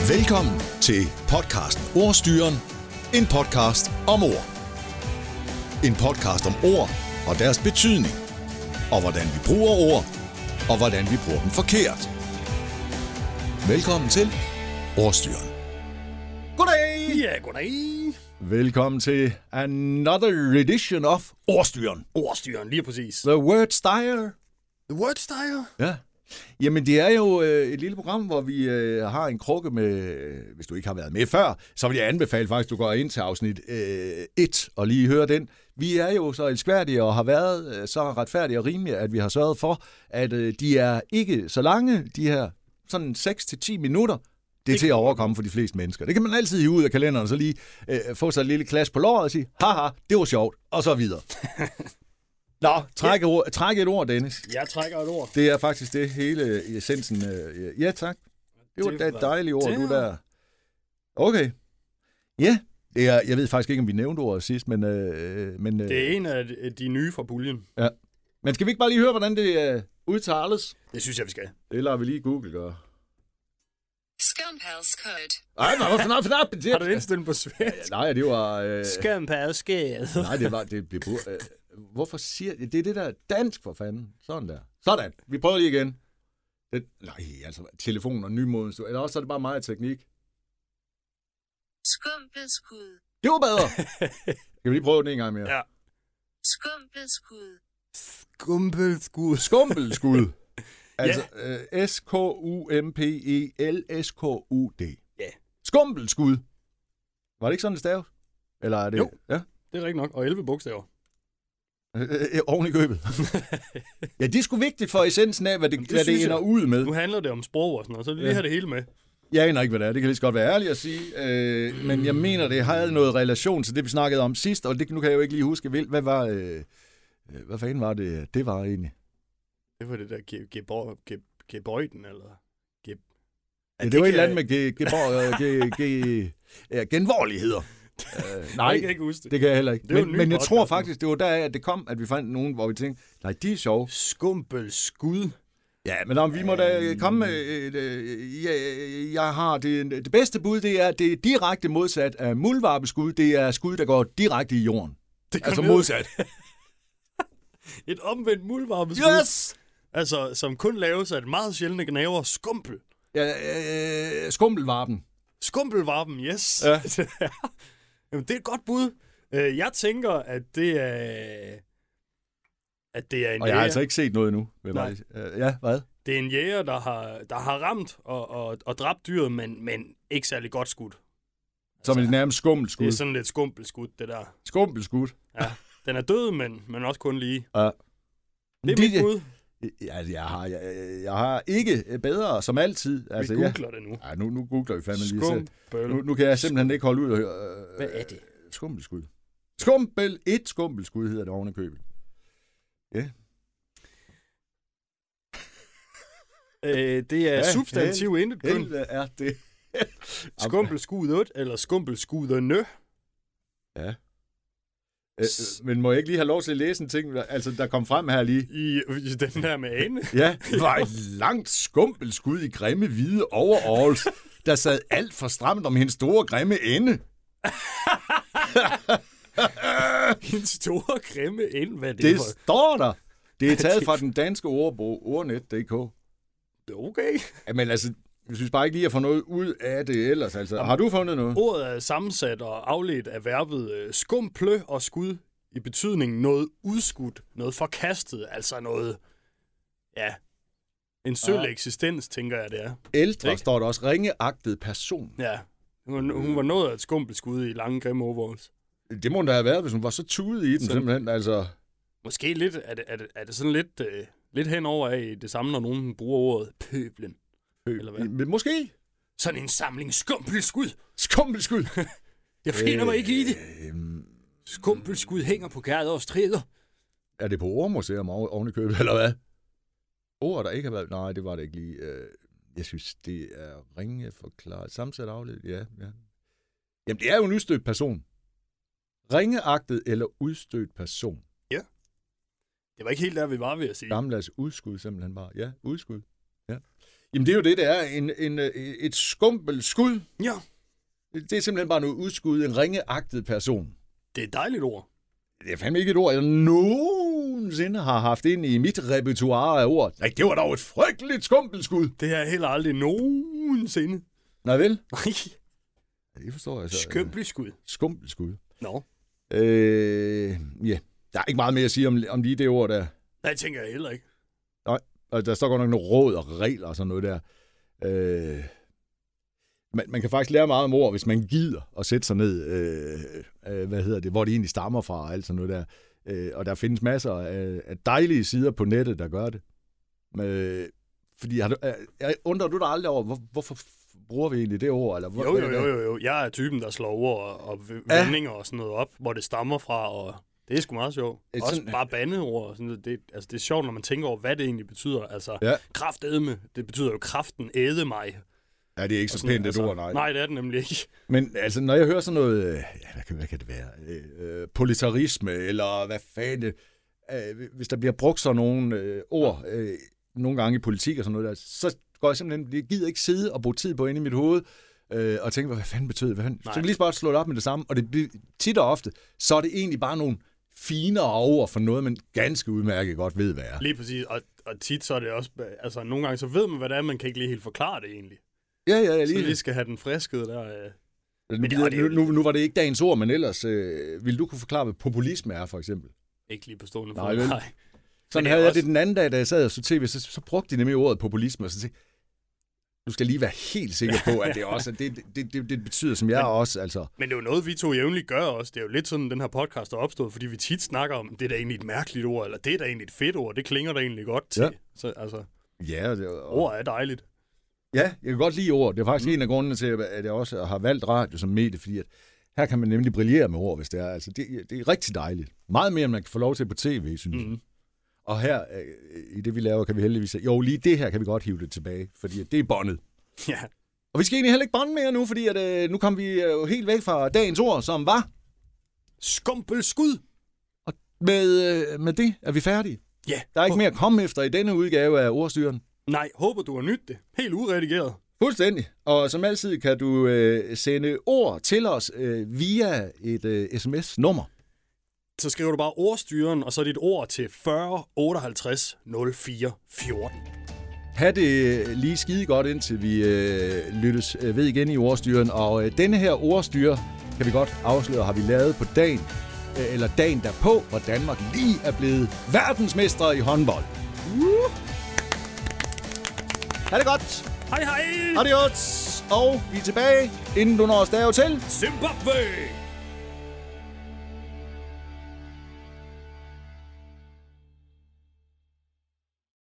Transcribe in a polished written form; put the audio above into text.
Velkommen til podcasten Ordstyren. En podcast om ord. En podcast om ord og deres betydning. Og hvordan vi bruger ord, og hvordan vi bruger dem forkert. Velkommen til Ordstyren. Goddag! Ja, goddag. Velkommen til another edition of Ordstyren. Ordstyren, lige præcis. The Word Style. The Word Style? Ja. Jamen, det er jo et lille program, hvor vi har en krukke med, hvis du ikke har været med før, så vil jeg anbefale faktisk, at du går ind til afsnit 1 og lige hører den. Vi er jo så elskværdige og har været så retfærdige og rimelige, at vi har sørget for, at de er ikke så lange, de her sådan 6-10 minutter. Det er til at overkomme for de fleste mennesker. Det kan man altid hive ud af kalenderen og så lige få sig et lille klask på låret og sige, haha, det var sjovt, og så videre. Nå, træk et ord, Dennis. Jeg trækker et ord. Det er faktisk det hele essensen. Ja, tak. Det var da et dejligt ord, du der. Okay. Ja, det er, jeg ved faktisk ikke, om vi nævnte ordet sidst, men det er en af de nye fra puljen. Ja. Men skal vi ikke bare lige høre, hvordan det udtales? Det synes jeg, vi skal. Det lader vi lige Google gøre. Skamhalskød. Ej, nej, Har du indstillet på svensk? Nej, det var... Skamhalskød. Nej, det blev... hvorfor siger... Det er det der dansk for fanden. Sådan der. Sådan. Vi prøver lige igen. Nej, altså, telefon og nymodens... Eller også er det bare meget teknik. Skumpelskud. Det var bedre. Skal vi lige prøve den en gang mere? Ja. Skumpelskud. Skumpelskud. Skumpelskud. Altså, S-K-U-M-P-E-L-S-K-U-D. Ja. Skumpelskud. Var det ikke sådan, det staves? Eller er det... Jo. Ja. Det er rigtigt nok. Og 11 bogstaver. Oven i købet. Ja, det er sgu vigtigt for essensen af, hvad det ender ud med. Nu handler det om sprog og sådan noget, så lige have det hele med. Jeg aner ikke, hvad det er. Det kan lige så godt være ærligt at sige. Men jeg mener, det havde noget relation til det, vi snakkede om sidst, og det, nu kan jeg jo ikke lige huske, hvad var... hvad fanden var det var egentlig? Det var det der gebøjden, eller... Ja, det var et eller andet med genvorligheder. Nej, jeg kan ikke huske det. Det kan jeg heller ikke. Men jeg tror faktisk, det var der, at det kom, at vi fandt nogen, hvor vi tænkte, nej, de er sjove. Skumpelskud. Ja, men om vi må da komme med... jeg har det bedste bud, det er direkte modsat af muldvarpeskud. Det er skud, der går direkte i jorden. Altså modsat. Et omvendt muldvarpeskud. Yes! Altså, som kun laves af et meget sjældne gnaver. Skumpel. Ja, skumpelvarpen. Skumpelvarpen, yes. Ja. Jamen, det er et godt bud. Jeg tænker, at det er en jæger. Og jeg har altså ikke set noget endnu. Ja, hvad? Det er en jæger, der har ramt og dræbt dyret, men ikke særlig godt skudt. Som et nærmest skumpelskud. Det er sådan lidt skumpelskud, det der. Skumpelskud. Ja, den er død, men også kun lige. Ja. Det er mit bud. Ja, jeg har ikke bedre, som altid. Altså, vi googler det nu. Ja, nu googler vi fandme lige selv. Nu kan jeg simpelthen ikke holde ud og høre. Hvad er det? Skumpelskud. Et skumpelskud hedder det oven i købet. Ja. Det er substantiv intet kun. Hvad er det? Skumpelskudet eller skumpelskuderne. Ja. Men må jeg ikke lige have lov til at læse en ting, altså der kom frem her lige? I den der med ane? Ja, det var et langt skumpelskud i grimme hvide overalls, der sad alt for stramt om hendes store grimme ende. Hendes store grimme ende, hvad er det Det for? står der. Det er taget fra den danske ordbog, ordnet.dk. Okay. Men altså, jeg synes bare ikke lige at få noget ud af det ellers. Altså, har du fundet noget? Ordet er sammensat og afledt af verbet skumple og skud i betydningen noget udskudt, noget forkastet, altså noget, ja, en sølle eksistens, tænker jeg, det er. Ældre ikke? Står der også, ringeagtet person. Ja, hun var noget af et skumpelskud i lange grimme overalls. Det må da have været, hvis hun var så tudet i den, simpelthen, altså. Måske lidt, er det sådan lidt henover af det samme, når nogen bruger ordet pøblen. Eller hvad? Måske. Sådan en samling skumpelskud. Skumpelskud. Jeg finder mig ikke i det. Skumpelskud hænger på Gerders træder. Er det på Ordmuseum oven i købet, eller hvad? Ord, der ikke har været... Nej, det var det ikke lige. Jeg synes, det er ringe forklaret. Sammensat afledt, ja. Jamen, det er jo en udstødt person. Ringeagtet eller udstødt person. Ja. Det var ikke helt der, vi var ved at sige. Gammeldags udskud, simpelthen bare. Ja, udskud. Ja. Jamen, det er jo det er. Et skumpelt skud. Ja, Det er simpelthen bare noget udskud. En ringeagtet person. det er et dejligt ord. Det er fandme ikke et ord, jeg nogensinde har haft ind i mit repertoire af ord. Nej, det var dog et frygteligt skumpelt skud. Det har jeg heller aldrig nogensinde. Nej vel? Nej, Ja, det forstår jeg så. skømpelig skud. Skumpelt skud. Nå, Ja, der er ikke meget mere at sige om lige det ord der. nej, det tænker jeg heller ikke. Og der står godt nok nogle råd og regler og sådan noget der. Man kan faktisk lære meget om ord, hvis man gider at sætte sig ned, hvor det egentlig stammer fra og alt sådan noget der. Og der findes masser af dejlige sider på nettet, der gør det. Fordi undrer du dig aldrig over, hvorfor bruger vi egentlig det ord? Eller Jo. Jeg er typen, der slår ord og vendinger og sådan noget op, hvor det stammer fra, og det er sgu meget sjovt. Også sådan, bare bandeord og sådan noget. Det er sjovt, når man tænker over, hvad det egentlig betyder. Altså, ja. kraftedme, det betyder jo kraften æde mig. Ja, det er ikke så pænt et ord, nej. Nej, det er det nemlig ikke. Men altså, når jeg hører sådan noget, hvad kan det være? Politarisme, eller hvad fanden, hvis der bliver brugt sådan nogle ord, nogle gange i politik og sådan noget der, så går jeg simpelthen, jeg gider ikke sidde og bruge tid på inde i mit hoved, og tænke, hvad fanden betyder det? Så kan lige bare slå det op med det samme, og det bliver tit og ofte, så er det egentlig bare nogle finere ord for noget, man ganske udmærket godt ved, hvad er. Lige præcis, og tit så er det også, altså nogle gange så ved man, hvad det er, man kan ikke lige helt forklare det egentlig. Ja, lige. Så lige skal have den friskede der. Nu var det ikke dagens ord, men ellers ville du kunne forklare, hvad populisme er, for eksempel? Ikke lige på stående Nej, fod. vel? Sådan havde jeg det den anden dag, da jeg sad og så tv, så brugte de nemlig ordet populisme, og så tænkte du skal lige være helt sikker på, at det også det betyder, som jeg også, altså. Men det er jo noget, vi to jævnligt gør også. Det er jo lidt sådan, den her podcast er opstået, fordi vi tit snakker om, det er da egentlig et mærkeligt ord, eller det er da egentlig et fedt ord, det klinger da egentlig godt til. Ja. Så altså, Ja, ord er dejligt. Ja, jeg kan godt lide ord. Det er faktisk en af grundene til, at jeg også har valgt radio som medie, fordi at her kan man nemlig brillere med ord, hvis det er. Altså, det er rigtig dejligt. Meget mere, end man kan få lov til på tv, synes jeg. Og her, i det vi laver, kan vi heldigvis sige, jo, lige det her kan vi godt hive det tilbage, fordi det er båndet. Ja. Og vi skal egentlig heller ikke bånde mere nu, fordi at, nu kom vi jo helt væk fra dagens ord, som var skumpelskud. Og med det er vi færdige. Ja. Der er ikke mere at komme efter i denne udgave af Ordstyren. Nej, håber du har nydt det. Helt uredigeret. Fuldstændig. Og som altid kan du sende ord til os via et sms-nummer. Så skriver du bare ordstyren, og så dit ord til 40 58 04 14. Ha' det lige skide godt, indtil vi lyttes ved igen i Ordstyren. Og denne her Ordstyre, kan vi godt afsløre, har vi lavet på dagen derpå, hvor Danmark lige er blevet verdensmestre i håndbold. Ha' det godt! Hej hej! Adios! Og vi er tilbage, inden du når at stave til Zimbabwe!